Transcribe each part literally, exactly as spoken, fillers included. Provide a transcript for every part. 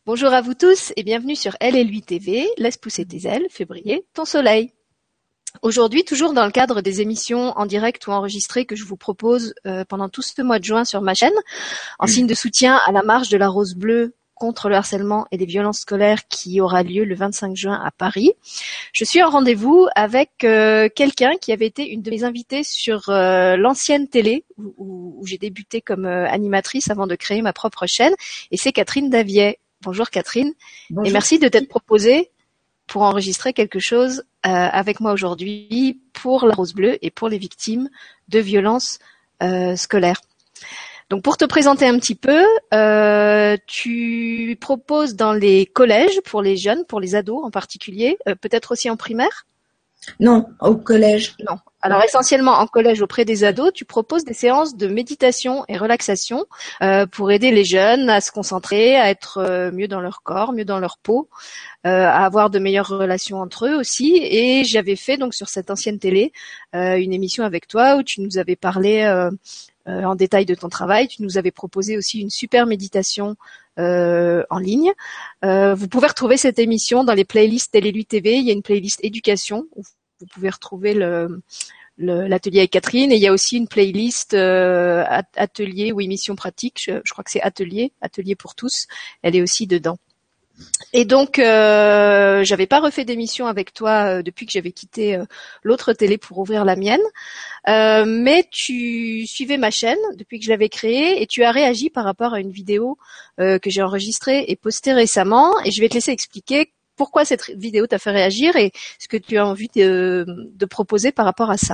Bonjour à vous tous et bienvenue sur Elle et lui T V, Laisse pousser tes ailes, fais briller ton soleil. Aujourd'hui, toujours dans le cadre des émissions en direct ou enregistrées que je vous propose euh, pendant tout ce mois de juin sur ma chaîne, en signe de soutien à la marche de la Rose Bleue contre le harcèlement et les violences scolaires qui aura lieu le vingt-cinq juin à Paris. Je suis en rendez-vous avec euh, quelqu'un qui avait été une de mes invitées sur euh, l'ancienne télé où, où, où j'ai débuté comme euh, animatrice avant de créer ma propre chaîne, et c'est Catherine Daviet. Bonjour Catherine. Bonjour. Et merci de t'être proposée pour enregistrer quelque chose euh, avec moi aujourd'hui pour la Rose Bleue et pour les victimes de violences euh, scolaires. Donc pour te présenter un petit peu, euh, tu proposes dans les collèges pour les jeunes, pour les ados en particulier, euh, peut-être aussi en primaire ? Non, au collège. Non. Alors essentiellement en collège auprès des ados, tu proposes des séances de méditation et relaxation euh, pour aider les jeunes à se concentrer, à être euh, mieux dans leur corps, mieux dans leur peau, euh, à avoir de meilleures relations entre eux aussi. Et j'avais fait donc sur cette ancienne télé euh, une émission avec toi où tu nous avais parlé euh, euh, en détail de ton travail. Tu nous avais proposé aussi une super méditation euh, en ligne. Euh, vous pouvez retrouver cette émission dans les playlists Télé Lui T V. Il y a une playlist éducation où vous pouvez retrouver le, le, l'atelier avec Catherine, et il y a aussi une playlist euh, atelier ou émission pratique. Je, je crois que c'est atelier, atelier pour tous. Elle est aussi dedans. Et donc, euh, j'avais pas refait d'émission avec toi euh, depuis que j'avais quitté euh, l'autre télé pour ouvrir la mienne. Euh, mais tu suivais ma chaîne depuis que je l'avais créée et tu as réagi par rapport à une vidéo euh, que j'ai enregistrée et postée récemment. Et je vais te laisser expliquer pourquoi cette vidéo t'a fait réagir et ce que tu as envie de, de proposer par rapport à ça.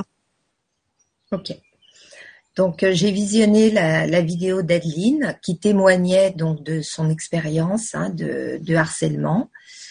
Ok. Donc euh, j'ai visionné la, la vidéo d'Adeline qui témoignait donc de son expérience hein, de, de harcèlement.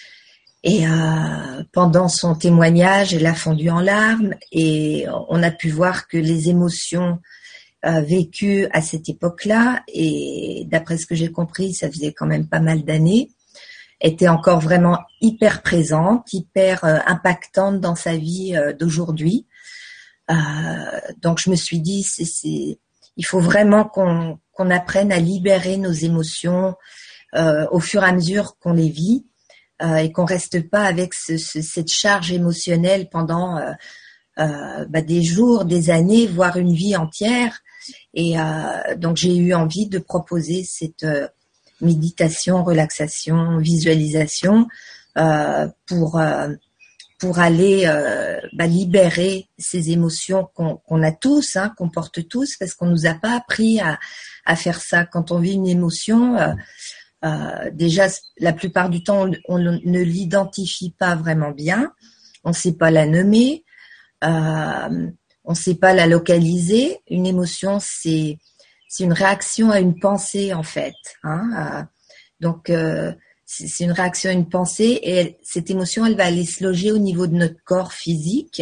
Et euh, pendant son témoignage, elle a fondu en larmes et on a pu voir que les émotions euh, vécues à cette époque-là, et d'après ce que j'ai compris, ça faisait quand même pas mal d'années, était encore vraiment hyper présente, hyper euh, impactante dans sa vie euh, d'aujourd'hui. Euh, donc je me suis dit, c'est, c'est, il faut vraiment qu'on, qu'on apprenne à libérer nos émotions euh, au fur et à mesure qu'on les vit euh, et qu'on reste pas avec ce, ce, cette charge émotionnelle pendant euh, euh, bah, des jours, des années, voire une vie entière. Et euh, donc j'ai eu envie de proposer cette euh, méditation, relaxation, visualisation euh, pour euh, pour aller euh, bah, libérer ces émotions qu'on, qu'on a tous, hein, qu'on porte tous, parce qu'on nous a pas appris à, à faire ça. Quand on vit une émotion, euh, euh, déjà la plupart du temps on, on ne l'identifie pas vraiment bien, on sait pas la nommer, euh, on sait pas la localiser. Une émotion, c'est c'est une réaction à une pensée en fait, hein, euh, donc euh, c'est, c'est une réaction à une pensée, et elle, cette émotion, elle va aller se loger au niveau de notre corps physique,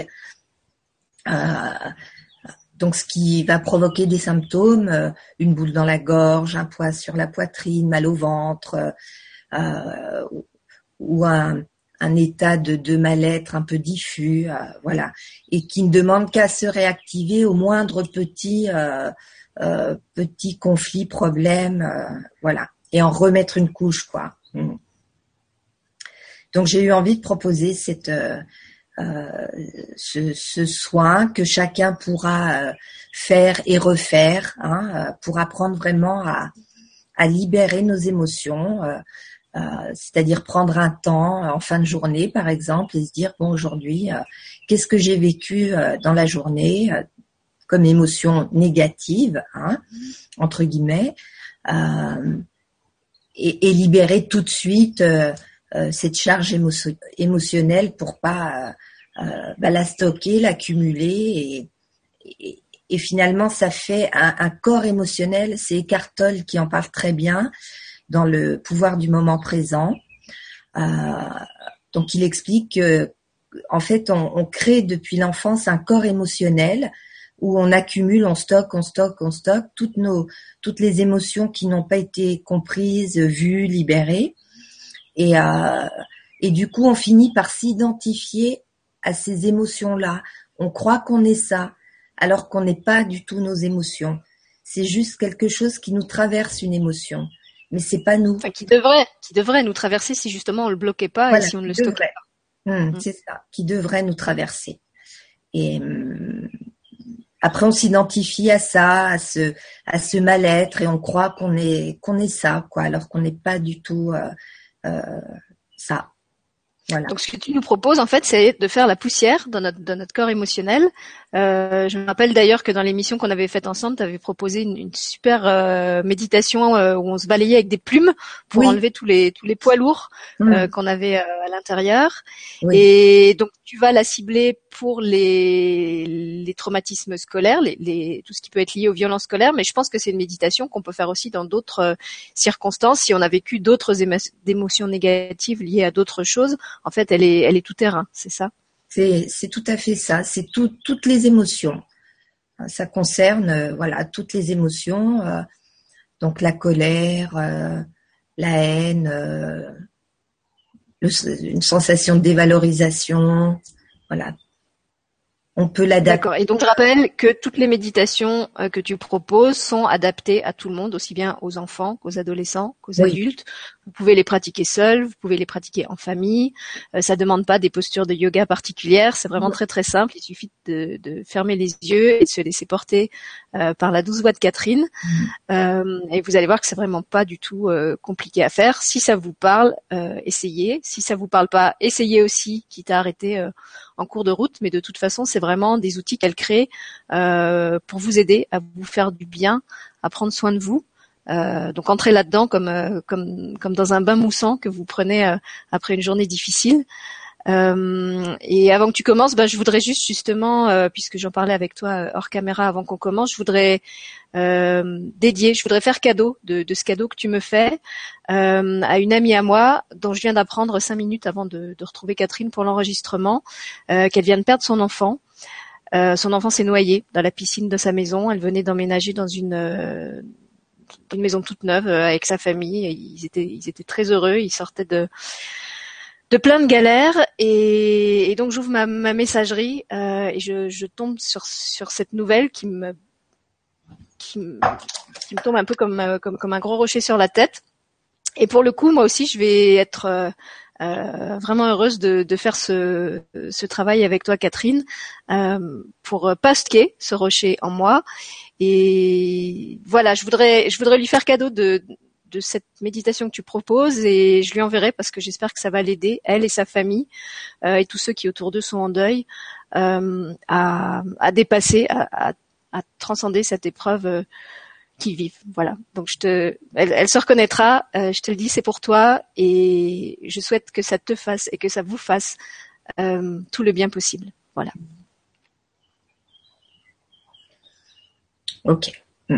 euh, donc ce qui va provoquer des symptômes, euh, une boule dans la gorge, un poids sur la poitrine, mal au ventre, euh, ou un un état de, de mal-être un peu diffus, euh, voilà, et qui ne demande qu'à se réactiver au moindre petit euh, euh, petit conflit, problème, euh, voilà, et en remettre une couche, quoi. Mm. Donc j'ai eu envie de proposer cette euh, euh, ce, ce soin que chacun pourra euh, faire et refaire, hein, euh, pour apprendre vraiment à, à libérer nos émotions. Euh, Euh, c'est-à-dire prendre un temps euh, en fin de journée, par exemple, et se dire, bon, aujourd'hui, euh, qu'est-ce que j'ai vécu euh, dans la journée euh, comme émotion négative, hein, entre guillemets, euh, et, et libérer tout de suite euh, euh, cette charge émo- émotionnelle pour pas euh, euh, bah, la stocker, l'accumuler, et, et, et finalement, ça fait un, un corps émotionnel. C'est Eckhart Tolle qui en parle très bien dans le pouvoir du moment présent. Euh, donc il explique que, en fait, on, on crée depuis l'enfance un corps émotionnel où on accumule, on stocke, on stocke, on stocke toutes nos, toutes les émotions qui n'ont pas été comprises, vues, libérées. Et, euh, et du coup, on finit par s'identifier à ces émotions-là. On croit qu'on est ça, alors qu'on n'est pas du tout nos émotions. C'est juste quelque chose qui nous traverse, une émotion. mais c'est pas nous. Enfin, qui devrait, qui devrait nous traverser si justement on le bloquait pas Voilà, et si on ne le qui stockait devrait. pas. Hum, Mm. c'est ça, qui devrait nous traverser. Et hum, après, on s'identifie à ça, à ce, à ce mal-être, et on croit qu'on est, qu'on est ça, quoi, alors qu'on n'est pas du tout euh, euh, ça. Voilà. Donc, ce que tu nous proposes, en fait, c'est de faire la poussière dans notre, dans notre corps émotionnel. Euh, je me rappelle d'ailleurs que dans l'émission qu'on avait faite ensemble, tu avais proposé une, une super euh, méditation euh, où on se balayait avec des plumes pour Oui. enlever tous les tous les poids lourds euh, Hum, qu'on avait euh, à l'intérieur. oui. Et donc, tu vas la cibler pour les, les traumatismes scolaires, les, les, tout ce qui peut être lié aux violences scolaires. Mais je pense que c'est une méditation qu'on peut faire aussi dans d'autres euh, circonstances. Si on a vécu d'autres émo- émotions négatives liées à d'autres choses, en fait, elle est, elle est tout terrain, c'est ça? C'est, c'est tout à fait ça. C'est tout, toutes les émotions. Ça concerne, euh, voilà, toutes les émotions. Euh, donc la colère, euh, la haine, euh, le- une sensation de dévalorisation. Voilà. On peut l'adapter. D'accord. Et donc, je rappelle que toutes les méditations euh, que tu proposes sont adaptées à tout le monde, aussi bien aux enfants qu'aux adolescents, qu'aux Oui. adultes. Vous pouvez les pratiquer seuls, vous pouvez les pratiquer en famille. Euh, ça demande pas des postures de yoga particulières. C'est vraiment très très simple. Il suffit de, de fermer les yeux et de se laisser porter euh, par la douce voix de Catherine. Euh, et vous allez voir que c'est vraiment pas du tout euh, compliqué à faire. Si ça vous parle, euh, essayez. Si ça vous parle pas, essayez aussi, quitte à arrêter euh, en cours de route. Mais de toute façon, c'est vraiment des outils qu'elle crée euh, pour vous aider à vous faire du bien, à prendre soin de vous. Euh, donc entrez là-dedans comme euh, comme comme dans un bain moussant que vous prenez euh, après une journée difficile. Euh, et avant que tu commences, ben, je voudrais juste justement, euh, puisque j'en parlais avec toi euh, hors caméra avant qu'on commence, je voudrais euh, dédier, je voudrais faire cadeau de, de ce cadeau que tu me fais euh, à une amie à moi dont je viens d'apprendre cinq minutes avant de, de retrouver Catherine pour l'enregistrement, euh, qu'elle vient de perdre son enfant. Euh, son enfant s'est noyé dans la piscine de sa maison. Elle venait d'emménager dans une euh, une maison toute neuve euh, avec sa famille. Ils étaient ils étaient très heureux. Ils sortaient de de plein de galères et, et donc j'ouvre ma, ma messagerie euh, et je, je tombe sur sur cette nouvelle qui me qui me, qui me tombe un peu comme comme comme un gros rocher sur la tête. Et pour le coup, moi aussi, je vais être euh, euh, vraiment heureuse de, de faire ce, ce travail avec toi, Catherine, euh, pour pas stocker ce rocher en moi. Et voilà, je voudrais je voudrais lui faire cadeau de de cette méditation que tu proposes et je lui enverrai parce que j'espère que ça va l'aider, elle et sa famille euh, et tous ceux qui autour d'eux sont en deuil, euh, à, à dépasser, à, à, à transcender cette épreuve euh, qu'ils vivent. Voilà. Donc je te, elle, elle se reconnaîtra. Euh, je te le dis, c'est pour toi et je souhaite que ça te fasse et que ça vous fasse euh, tout le bien possible. Voilà. Ok.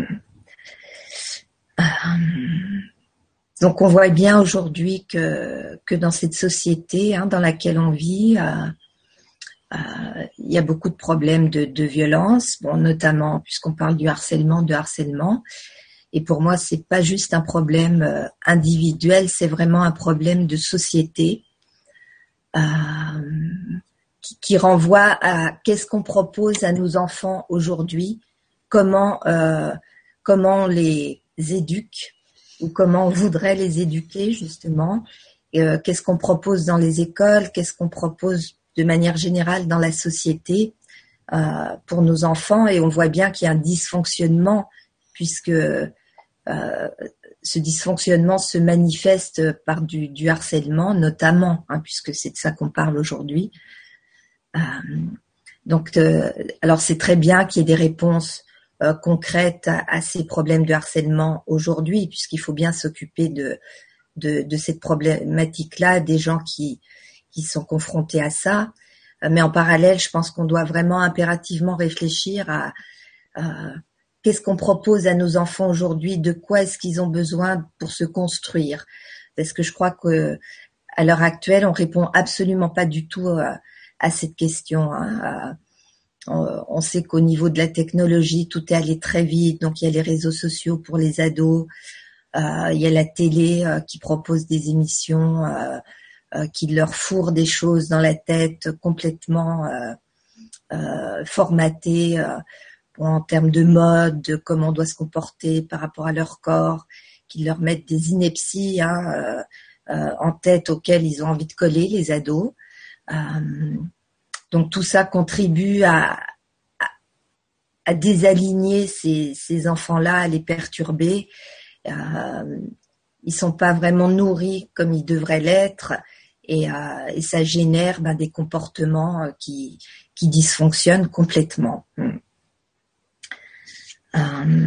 Donc on voit bien aujourd'hui que que dans cette société hein, dans laquelle on vit, euh, euh, il y a beaucoup de problèmes de, de violence, bon notamment puisqu'on parle du harcèlement, de harcèlement. Et pour moi, c'est pas juste un problème euh, individuel, c'est vraiment un problème de société euh, qui, qui renvoie à qu'est-ce qu'on propose à nos enfants aujourd'hui, comment euh, comment on les éduque ou comment on voudrait les éduquer justement. Et, euh, qu'est-ce qu'on propose dans les écoles, qu'est-ce qu'on propose de manière générale dans la société euh, pour nos enfants. Et on voit bien qu'il y a un dysfonctionnement puisque euh, ce dysfonctionnement se manifeste par du, du harcèlement notamment, hein, puisque c'est de ça qu'on parle aujourd'hui. Euh, donc, euh, alors c'est très bien qu'il y ait des réponses euh, concrètes à, à ces problèmes de harcèlement aujourd'hui, puisqu'il faut bien s'occuper de, de, de cette problématique-là, des gens qui, qui sont confrontés à ça. Euh, mais en parallèle, je pense qu'on doit vraiment impérativement réfléchir à, à qu'est-ce qu'on propose à nos enfants aujourd'hui, de quoi est-ce qu'ils ont besoin pour se construire. Parce que je crois que à l'heure actuelle, on répond absolument pas du tout à, à cette question. Hein. On sait qu'au niveau de la technologie, tout est allé très vite. Donc, il y a les réseaux sociaux pour les ados. Euh, il y a la télé euh, qui propose des émissions euh, euh, qui leur fourrent des choses dans la tête complètement euh, euh, formatées euh, en termes de mode, de comment on doit se comporter par rapport à leur corps, qui leur mettent des inepties hein, euh, euh, en tête auxquelles ils ont envie de coller, les ados. Euh, donc tout ça contribue à, à, à désaligner ces, ces enfants-là, à les perturber. Euh, ils sont pas vraiment nourris comme ils devraient l'être. Et, euh, et ça génère ben, des comportements qui, qui dysfonctionnent complètement. Euh...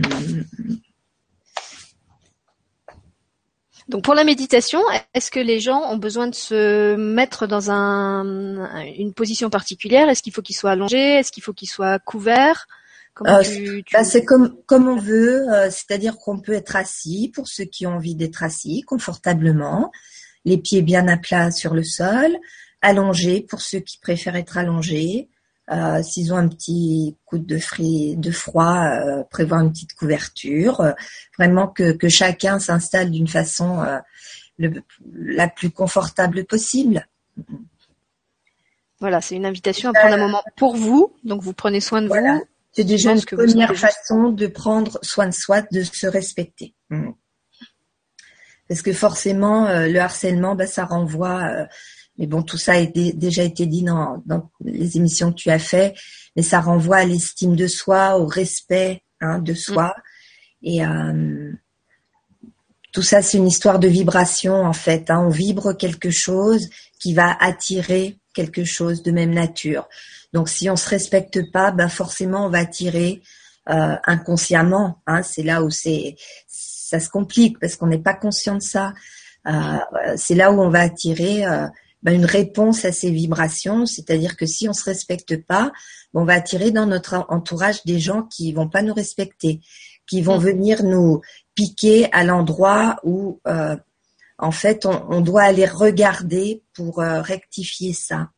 Donc pour la méditation, est-ce que les gens ont besoin de se mettre dans un, une position particulière? Est-ce qu'il faut qu'ils soient allongés? Est-ce qu'il faut qu'ils soient couverts? Comment euh, tu, tu... Bah, c'est comme, comme on veut, euh, c'est-à-dire qu'on peut être assis pour ceux qui ont envie d'être assis confortablement, les pieds bien à plat sur le sol, allongés pour ceux qui préfèrent être allongés. Euh, s'ils ont un petit coup de, fri, de froid, euh, prévoir une petite couverture. Euh, vraiment que, que chacun s'installe d'une façon euh, le, la plus confortable possible. Voilà, c'est une invitation à prendre un moment pour vous. Donc vous prenez soin de voilà. vous. C'est déjà une première façon de prendre soin de soi, de se respecter. Mmh. Parce que forcément, euh, le harcèlement, bah, ça renvoie... Euh, mais bon, tout ça a été, déjà été dit dans, dans les émissions que tu as fait, mais ça renvoie à l'estime de soi, au respect hein, de soi. Mmh. Et euh, tout ça, c'est une histoire de vibration en fait. Hein. On vibre quelque chose qui va attirer quelque chose de même nature. Donc, si on se respecte pas, ben forcément, on va attirer euh, inconsciemment. Hein. C'est là où c'est, ça se complique parce qu'on n'est pas conscient de ça. Euh, c'est là où on va attirer euh, ben une réponse à ces vibrations. C'est-à-dire que si on se respecte pas, on va attirer dans notre entourage des gens qui vont pas nous respecter, qui vont mmh. venir nous piquer à l'endroit où, euh, en fait, on, on doit aller regarder pour euh, rectifier ça.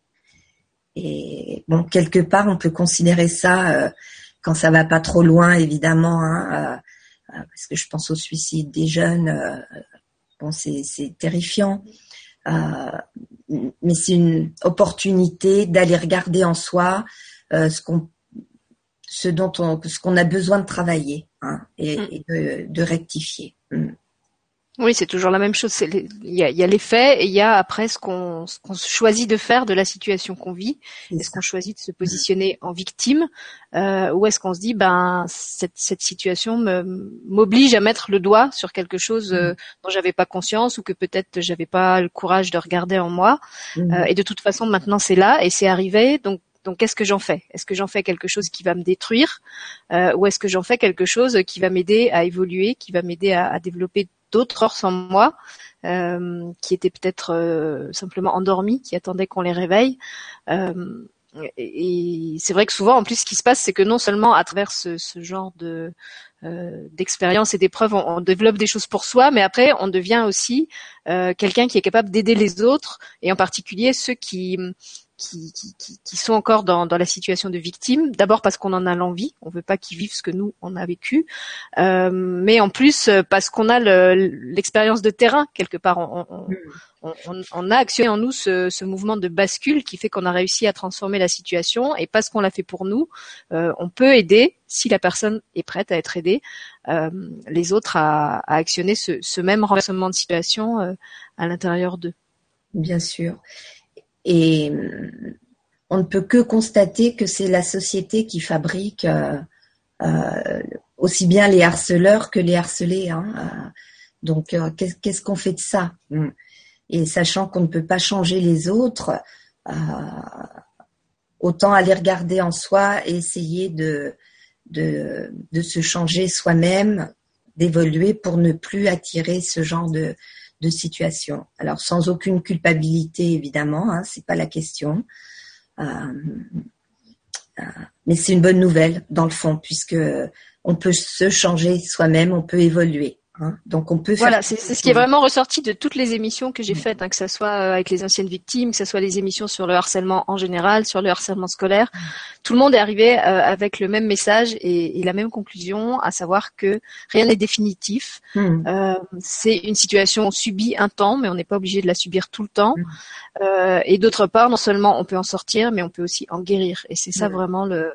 Et bon, quelque part, on peut considérer ça euh, quand ça va pas trop loin, évidemment, hein, euh, parce que je pense au suicide des jeunes. Euh, bon, c'est, c'est terrifiant, euh, mais c'est une opportunité d'aller regarder en soi euh, ce qu'on, ce dont on, ce qu'on a besoin de travailler hein, et, mm. et de, de rectifier. Mm. Oui, c'est toujours la même chose. C'est les, il y a, il y a les faits et il y a après ce qu'on, ce qu'on choisit de faire de la situation qu'on vit. C'est est-ce ça. Qu'on choisit de se positionner en victime euh, ou est-ce qu'on se dit ben cette, cette situation me, m'oblige à mettre le doigt sur quelque chose euh, dont j'avais pas conscience ou que peut-être j'avais pas le courage de regarder en moi. Mm. Euh, et de toute façon maintenant c'est là et c'est arrivé. Donc Donc, qu'est-ce que j'en fais? Est-ce que j'en fais quelque chose qui va me détruire euh, ou est-ce que j'en fais quelque chose qui va m'aider à évoluer, qui va m'aider à, à développer d'autres forces en moi euh, qui étaient peut-être euh, simplement endormies, qui attendaient qu'on les réveille euh, et, et c'est vrai que souvent, en plus, ce qui se passe, c'est que non seulement à travers ce, ce genre de euh, d'expériences et d'épreuves, on, on développe des choses pour soi, mais après, on devient aussi euh, quelqu'un qui est capable d'aider les autres et en particulier ceux qui Qui, qui, qui sont encore dans, dans la situation de victime, d'abord parce qu'on en a l'envie, on veut pas qu'ils vivent ce que nous on a vécu, euh, mais en plus parce qu'on a le, l'expérience de terrain quelque part, on, on, on, on a actionné en nous ce, ce mouvement de bascule qui fait qu'on a réussi à transformer la situation et parce qu'on l'a fait pour nous, euh, on peut aider si la personne est prête à être aidée, euh, les autres à, à actionner ce, ce même renversement de situation euh, à l'intérieur d'eux. Bien sûr. Et on ne peut que constater que c'est la société qui fabrique euh, euh, aussi bien les harceleurs que les harcelés. Hein. Euh, donc, euh, qu'est-ce, qu'est-ce qu'on fait de ça? Et sachant qu'on ne peut pas changer les autres, euh, autant aller regarder en soi et essayer de, de, de se changer soi-même, d'évoluer pour ne plus attirer ce genre de de situation. Alors sans aucune culpabilité évidemment, hein, c'est pas la question, euh, euh, mais c'est une bonne nouvelle dans le fond puisque on peut se changer soi-même, on peut évoluer. Hein, donc on peut faire. Voilà, c'est, c'est ce qui est vraiment ressorti de toutes les émissions que j'ai faites, hein, que ça soit avec les anciennes victimes, que ça soit les émissions sur le harcèlement en général, sur le harcèlement scolaire. Tout le monde est arrivé euh, avec le même message et, et la même conclusion, à savoir que rien n'est définitif. Mmh. Euh, c'est une situation subie un temps, mais on n'est pas obligé de la subir tout le temps. Mmh. Euh, et d'autre part, non seulement on peut en sortir, mais on peut aussi en guérir. Et c'est ça mmh. vraiment le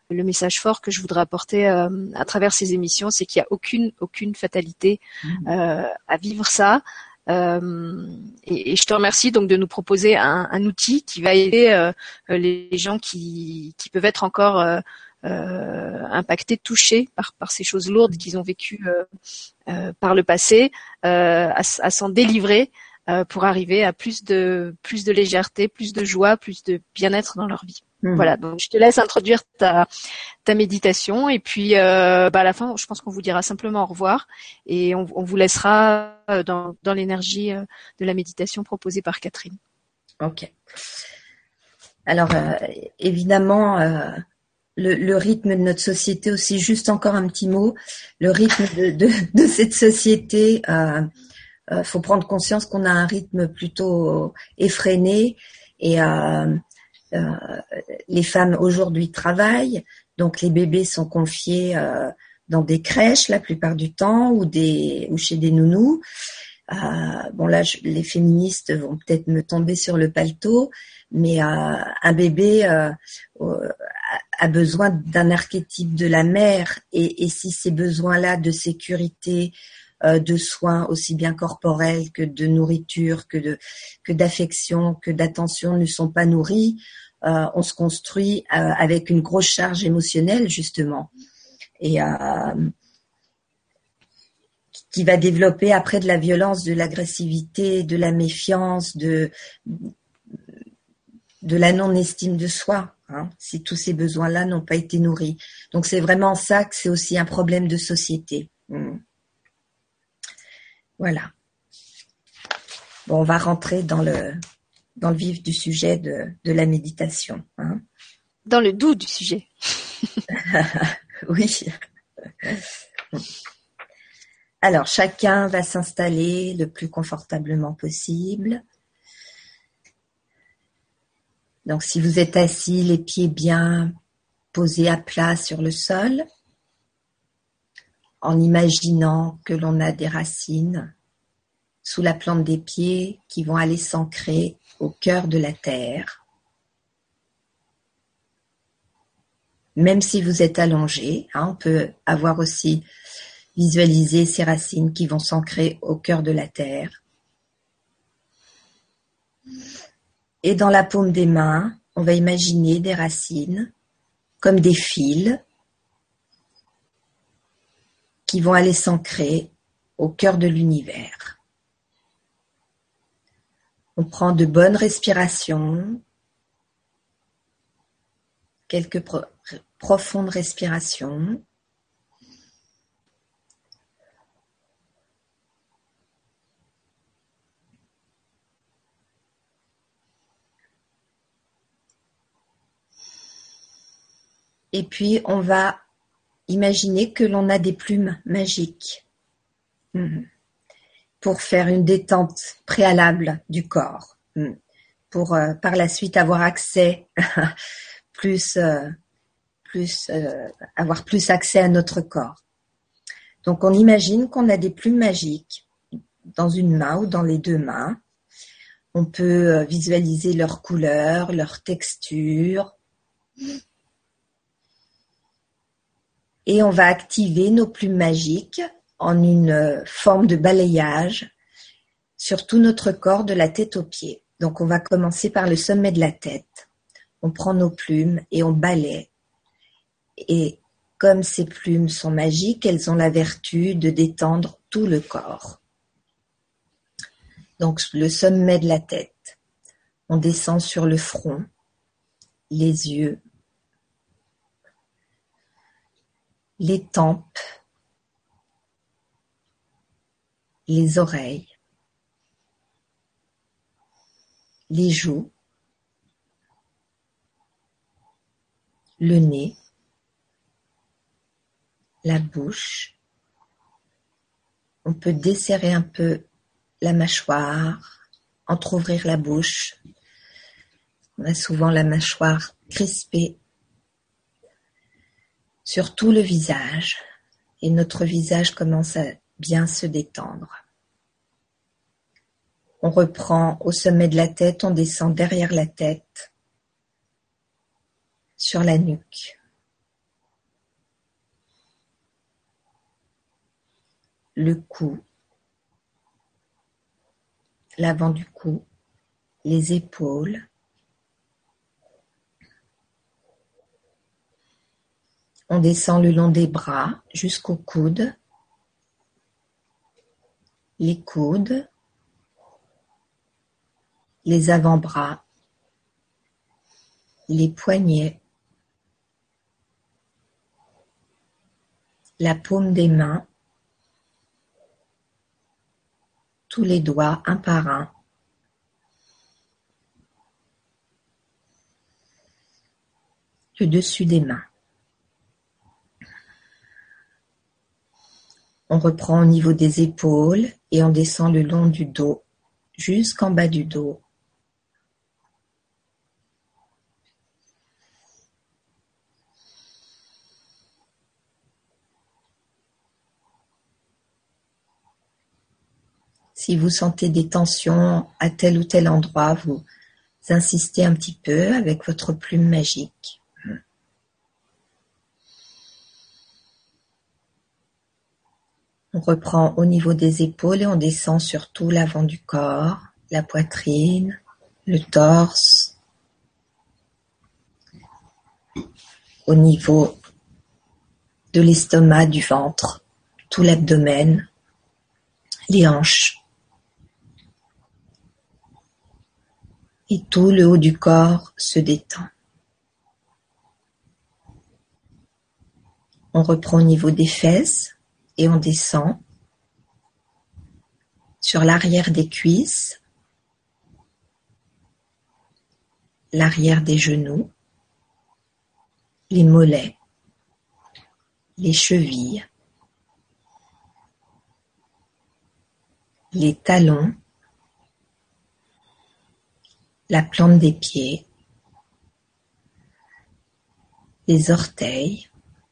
le message fort que je voudrais apporter euh, à travers ces émissions, c'est qu'il n'y a aucune aucune fatalité euh, à vivre ça. Euh, et, et je te remercie donc de nous proposer un, un outil qui va aider euh, les gens qui, qui peuvent être encore euh, euh, impactés, touchés par, par ces choses lourdes qu'ils ont vécues euh, euh, par le passé, euh, à, à s'en délivrer euh, pour arriver à plus de plus de légèreté, plus de joie, plus de bien-être dans leur vie. Mmh. Voilà, donc je te laisse introduire ta ta méditation et puis euh, bah à la fin, je pense qu'on vous dira simplement au revoir et on, on vous laissera dans dans l'énergie de la méditation proposée par Catherine. Ok. Alors euh, évidemment. Euh... Le, le rythme de notre société aussi, juste encore un petit mot, le rythme de, de, de cette société, euh, euh, faut prendre conscience qu'on a un rythme plutôt effréné et euh, euh, les femmes aujourd'hui travaillent, donc les bébés sont confiés euh, dans des crèches la plupart du temps ou des ou chez des nounous. Euh, bon là, je, les féministes vont peut-être me tomber sur le paletot, mais euh, un bébé euh, euh, a besoin d'un archétype de la mère et, et si ces besoins-là de sécurité, euh, de soins aussi bien corporels que de nourriture, que de que d'affection, que d'attention ne sont pas nourris, euh, on se construit euh, avec une grosse charge émotionnelle justement et euh, qui va développer après de la violence, de l'agressivité, de la méfiance, de de la non-estime de soi, hein, si tous ces besoins-là n'ont pas été nourris. Donc c'est vraiment ça que c'est aussi un problème de société. Mmh. Voilà. Bon, on va rentrer dans le dans le vif du sujet de, de la méditation. Hein. Dans le doux du sujet. Oui. Alors, chacun va s'installer le plus confortablement possible. Donc, si vous êtes assis, les pieds bien posés à plat sur le sol, en imaginant que l'on a des racines sous la plante des pieds qui vont aller s'ancrer au cœur de la terre. Même si vous êtes allongé, hein, on peut avoir aussi visualisé ces racines qui vont s'ancrer au cœur de la terre. Et dans la paume des mains, on va imaginer des racines comme des fils qui vont aller s'ancrer au cœur de l'univers. On prend de bonnes respirations, quelques pro- profondes respirations. Et puis, on va imaginer que l'on a des plumes magiques pour faire une détente préalable du corps, pour euh, par la suite avoir accès, plus, euh, plus euh, avoir plus accès à notre corps. Donc, on imagine qu'on a des plumes magiques dans une main ou dans les deux mains. On peut visualiser leur couleur, leur texture. Et on va activer nos plumes magiques en une forme de balayage sur tout notre corps de la tête aux pieds. Donc on va commencer par le sommet de la tête. On prend nos plumes et on balaye. Et comme ces plumes sont magiques, elles ont la vertu de détendre tout le corps. Donc le sommet de la tête. On descend sur le front, les yeux, les tempes, les oreilles, les joues, le nez, la bouche. On peut desserrer un peu la mâchoire, entrouvrir la bouche. On a souvent la mâchoire crispée sur tout le visage et notre visage commence à bien se détendre. On reprend au sommet de la tête, on descend derrière la tête, sur la nuque. le cou, l'avant du cou, les épaules. On descend le long des bras jusqu'aux coudes, les coudes, les avant-bras, les poignets, la paume des mains, tous les doigts un par un. Le dessus des mains. On reprend au niveau des épaules et on descend le long du dos, jusqu'en bas du dos. Si vous sentez des tensions à tel ou tel endroit, vous insistez un petit peu avec votre plume magique. On reprend au niveau des épaules et on descend sur tout l'avant du corps, la poitrine, le torse, au niveau de l'estomac, du ventre, tout l'abdomen, les hanches et tout le haut du corps se détend. On reprend au niveau des fesses et on descend sur l'arrière des cuisses, l'arrière des genoux, les mollets, les chevilles, les talons, la plante des pieds, les orteils,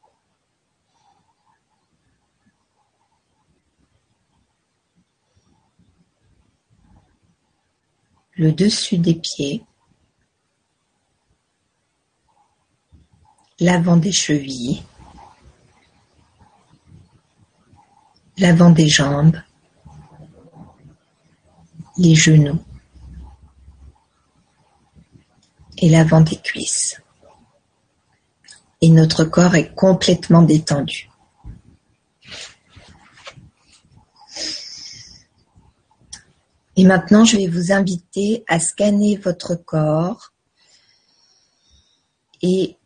le dessus des pieds, l'avant des chevilles, l'avant des jambes, les genoux et l'avant des cuisses. Et notre corps est complètement détendu. Et maintenant, je vais vous inviter à scanner votre corps et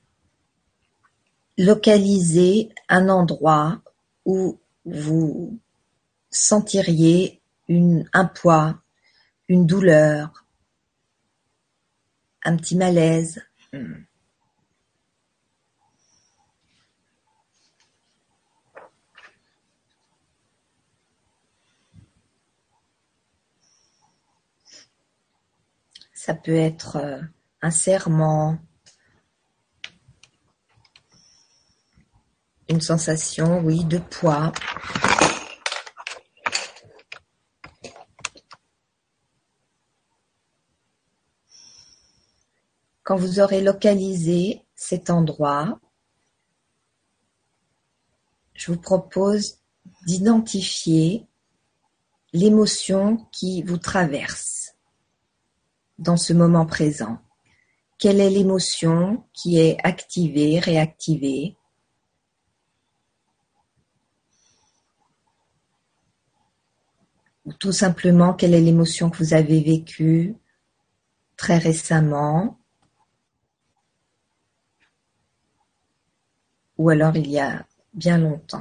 localiser un endroit où vous sentiriez une, un poids, une douleur, un petit malaise. Ça peut être un serrement, une sensation, oui, de poids. Quand vous aurez localisé cet endroit, je vous propose d'identifier l'émotion qui vous traverse dans ce moment présent. Quelle est l'émotion qui est activée, réactivée? Ou tout simplement, quelle est l'émotion que vous avez vécue très récemment? Ou alors il y a bien longtemps.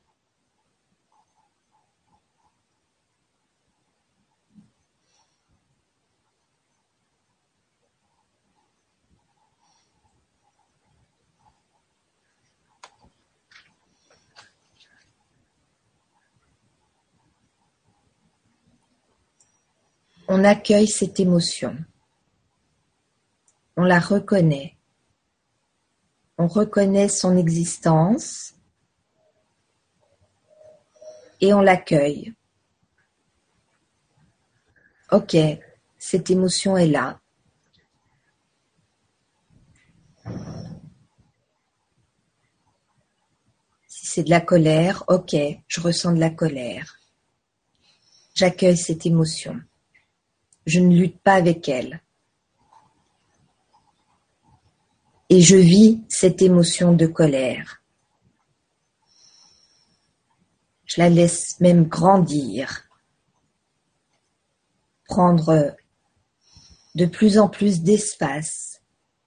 On accueille cette émotion. On la reconnaît. On reconnaît son existence et on l'accueille. Ok, cette émotion est là. Si c'est de la colère. Ok, je ressens de la colère. J'accueille cette émotion. Je ne lutte pas avec elle. Et je vis cette émotion de colère. Je la laisse même grandir, prendre de plus en plus d'espace.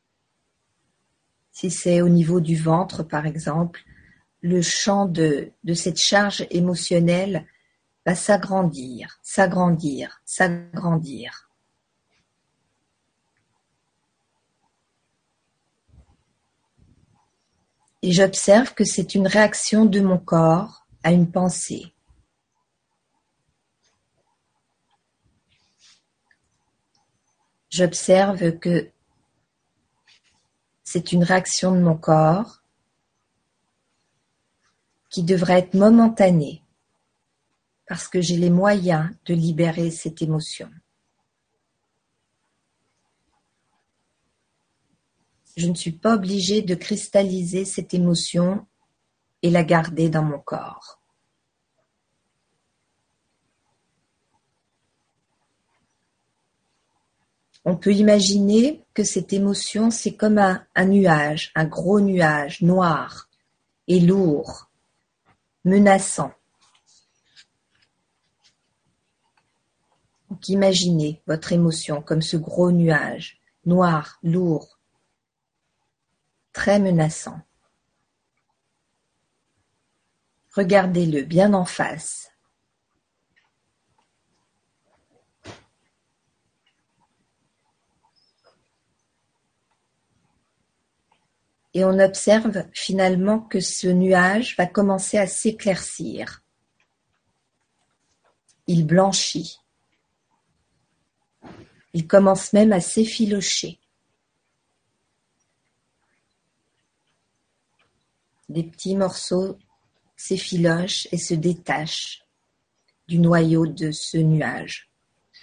Si c'est au niveau du ventre, par exemple, le champ de, de cette charge émotionnelle va s'agrandir, s'agrandir, s'agrandir. Et j'observe que c'est une réaction de mon corps à une pensée. J'observe que c'est une réaction de mon corps qui devrait être momentanée parce que j'ai les moyens de libérer cette émotion. Je ne suis pas obligée de cristalliser cette émotion et la garder dans mon corps. On peut imaginer que cette émotion, c'est comme un, un nuage, un gros nuage noir et lourd, menaçant. Donc imaginez votre émotion comme ce gros nuage, noir, lourd, très menaçant. Regardez-le bien en face. Et on observe finalement que ce nuage va commencer à s'éclaircir. Il blanchit. Il commence même à s'effilocher. Des petits morceaux s'effilochent et se détachent du noyau de ce nuage.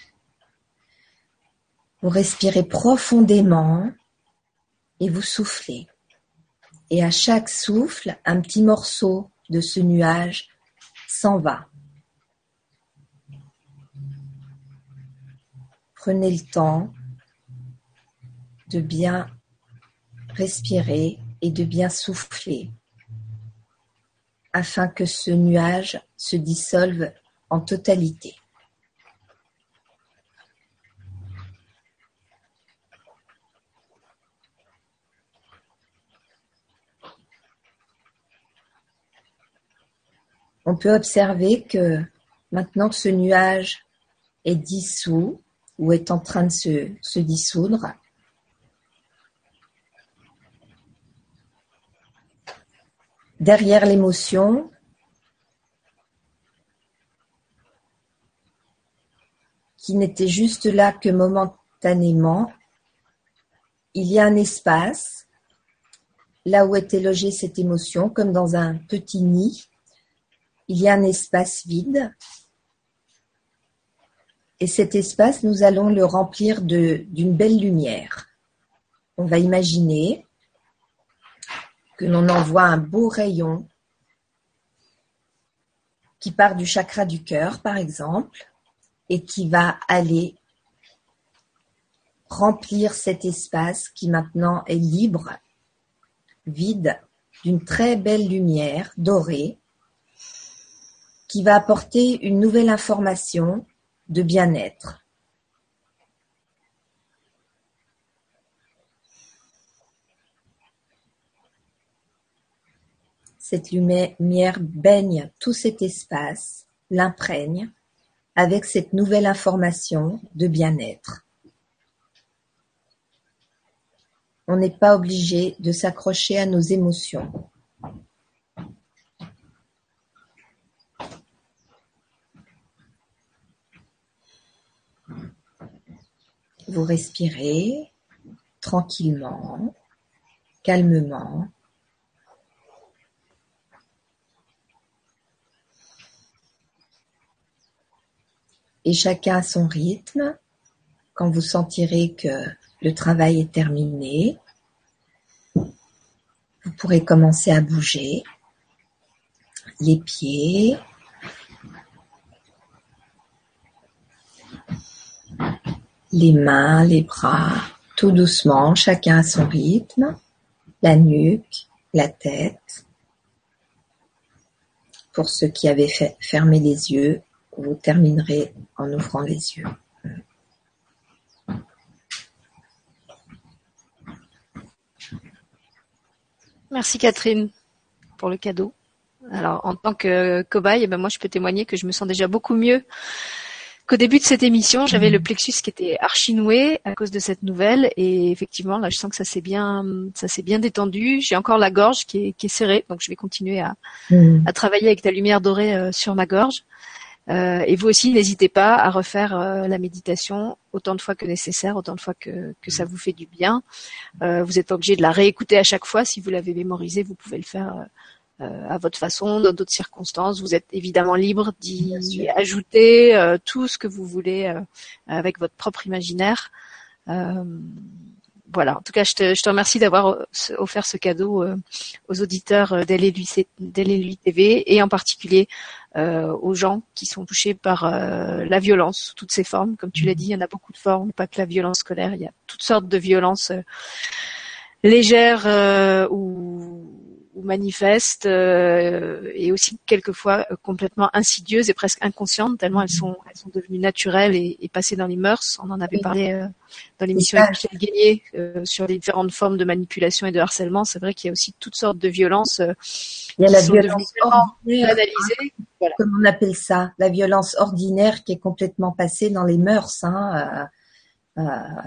Vous respirez profondément et vous soufflez. Et à chaque souffle, un petit morceau de ce nuage s'en va. Prenez le temps de bien respirer et de bien souffler afin que ce nuage se dissolve en totalité. On peut observer que maintenant que ce nuage est dissous ou est en train de se, se dissoudre, derrière l'émotion, qui n'était juste là que momentanément, il y a un espace, là où était logée cette émotion, comme dans un petit nid. Il y a un espace vide et cet espace, nous allons le remplir de, d'une belle lumière. On va imaginer que l'on envoie un beau rayon qui part du chakra du cœur, par exemple, et qui va aller remplir cet espace qui maintenant est libre, vide, d'une très belle lumière dorée, qui va apporter une nouvelle information de bien-être. Cette lumière baigne tout cet espace, l'imprègne, avec cette nouvelle information de bien-être. On n'est pas obligé de s'accrocher à nos émotions. Vous respirez tranquillement, calmement. Et chacun à son rythme. Quand vous sentirez que le travail est terminé, vous pourrez commencer à bouger. les pieds. Les mains, les bras, tout doucement, chacun à son rythme. La nuque, la tête. Pour ceux qui avaient fait, fermé les yeux, vous terminerez en ouvrant les yeux. Merci Catherine pour le cadeau. Alors en tant que cobaye, eh ben moi je peux témoigner que je me sens déjà beaucoup mieux qu'au début de cette émission. J'avais le plexus qui était archi noué à cause de cette nouvelle et effectivement là je sens que ça s'est bien, ça s'est bien détendu. J'ai encore la gorge qui est, qui est serrée, donc je vais continuer à, mmh. à travailler avec ta lumière dorée euh, sur ma gorge. Euh, et vous aussi, n'hésitez pas à refaire euh, la méditation autant de fois que nécessaire, autant de fois que, que ça vous fait du bien. Euh, vous n'êtes pas obligé de la réécouter à chaque fois. Si vous l'avez mémorisée, vous pouvez le faire euh, à votre façon, dans d'autres circonstances. Vous êtes évidemment libre d'y ajouter euh, tout ce que vous voulez euh, avec votre propre imaginaire. Euh, Voilà. En tout cas, je te, je te remercie d'avoir offert ce cadeau euh, aux auditeurs d'L L U T V et en particulier euh, aux gens qui sont touchés par euh, la violence sous toutes ses formes. Comme tu l'as dit, il y en a beaucoup de formes, pas que la violence scolaire. Il y a toutes sortes de violences euh, légères euh, ou, ou manifestes euh, et aussi quelquefois euh, complètement insidieuses et presque inconscientes tellement elles sont elles sont devenues naturelles et, et passées dans les mœurs. On en avait parlé euh, dans l'émission avec Michel Guénier euh, sur les différentes formes de manipulation et de harcèlement. C'est vrai qu'il y a aussi toutes sortes de violences euh, il y a qui la sont violence devenues banalisées. Voilà. Comme on appelle ça, la violence ordinaire qui est complètement passée dans les mœurs. Hein, euh,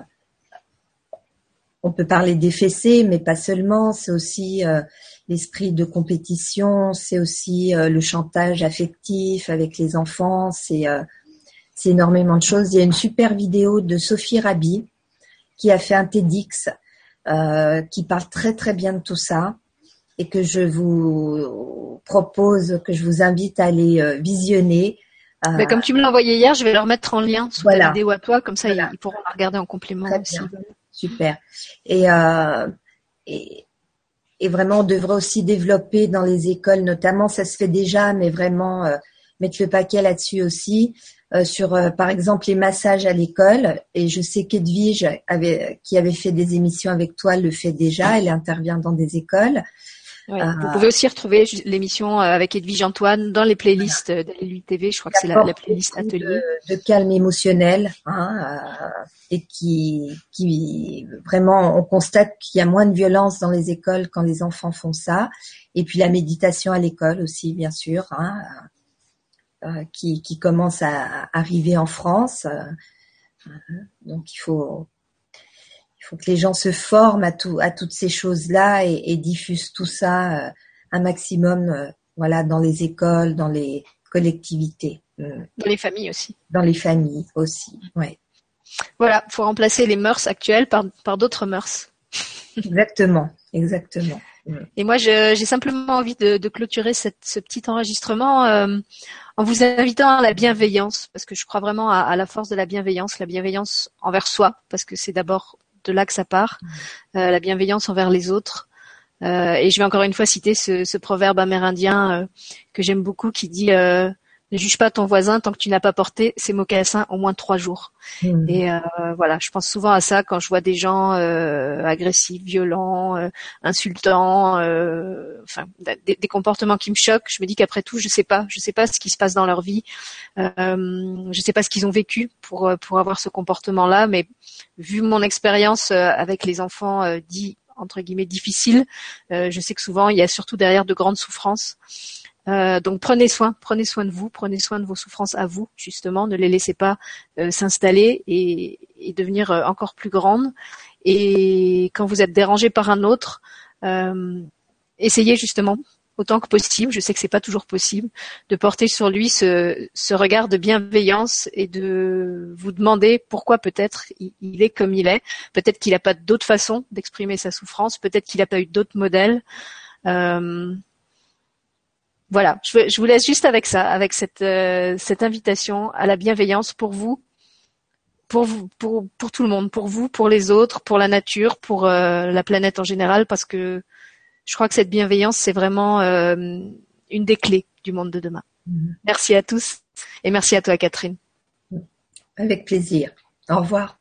euh, on peut parler des fessées, mais pas seulement. C'est aussi euh, l'esprit de compétition, c'est aussi euh, le chantage affectif avec les enfants, c'est euh, c'est énormément de choses. Il y a une super vidéo de Sophie Rabi qui a fait un TEDx euh, qui parle très très bien de tout ça et que je vous propose, que je vous invite à aller euh, visionner. Euh, Mais comme tu me l'as envoyé hier, je vais le remettre en lien sous voilà. ta vidéo à toi, comme ça voilà. ils, ils pourront la regarder en complément très aussi. Bien. Super. Et, euh, et Et vraiment, on devrait aussi développer dans les écoles, notamment, ça se fait déjà, mais vraiment euh, mettre le paquet là-dessus aussi, euh, sur, euh, par exemple, les massages à l'école. Et je sais qu'Edwige, avait, qui avait fait des émissions avec toi, le fait déjà. Elle intervient dans des écoles. Oui, euh, vous pouvez aussi retrouver l'émission avec Edwige Antoine dans les playlists voilà. d'L L U T V. Je crois que c'est la, la playlist atelier. De, de calme émotionnel, hein, euh, et qui, qui vraiment, on constate qu'il y a moins de violence dans les écoles quand les enfants font ça. Et puis la méditation à l'école aussi, bien sûr, hein, euh, qui, qui commence à arriver en France. Euh, donc il faut, il faut que les gens se forment à tout, à toutes ces choses-là et, et diffusent tout ça euh, un maximum, euh, voilà, dans les écoles, dans les collectivités. Dans les familles aussi. Dans les familles aussi, ouais. Voilà, faut remplacer les mœurs actuelles par, par d'autres mœurs. Exactement, exactement. Et moi, je, j'ai simplement envie de, de clôturer cette, ce petit enregistrement euh, en vous invitant à la bienveillance, parce que je crois vraiment à, à la force de la bienveillance, la bienveillance envers soi, parce que c'est d'abord de là que ça part, euh, la bienveillance envers les autres. Euh, et je vais encore une fois citer ce, ce proverbe amérindien euh, que j'aime beaucoup qui dit euh, ne juge pas ton voisin tant que tu n'as pas porté ses mocassins au moins trois jours. Mmh. Et euh, voilà, je pense souvent à ça quand je vois des gens euh, agressifs, violents, euh, insultants, euh, enfin des, des comportements qui me choquent. Je me dis qu'après tout, je sais pas, je sais pas ce qui se passe dans leur vie, euh, je sais pas ce qu'ils ont vécu pour pour avoir ce comportement-là, mais vu mon expérience avec les enfants euh, dits entre guillemets difficiles, euh, je sais que souvent il y a surtout derrière de grandes souffrances. Euh, donc prenez soin, prenez soin de vous, prenez soin de vos souffrances à vous, justement, ne les laissez pas euh, s'installer et, et devenir euh, encore plus grandes. Et quand vous êtes dérangé par un autre, euh, essayez justement, autant que possible, je sais que c'est pas toujours possible, de porter sur lui ce, ce regard de bienveillance et de vous demander pourquoi peut-être il, il est comme il est, peut-être qu'il n'a pas d'autre façon d'exprimer sa souffrance, peut-être qu'il n'a pas eu d'autres modèles. Euh, Voilà, je, je vous laisse juste avec ça, avec cette, euh, cette invitation à la bienveillance pour vous, pour vous, pour, pour tout le monde, pour vous, pour les autres, pour la nature, pour euh, la planète en général, parce que je crois que cette bienveillance, c'est vraiment euh, une des clés du monde de demain. Mhm. Merci à tous et merci à toi Catherine. Avec plaisir. Au revoir.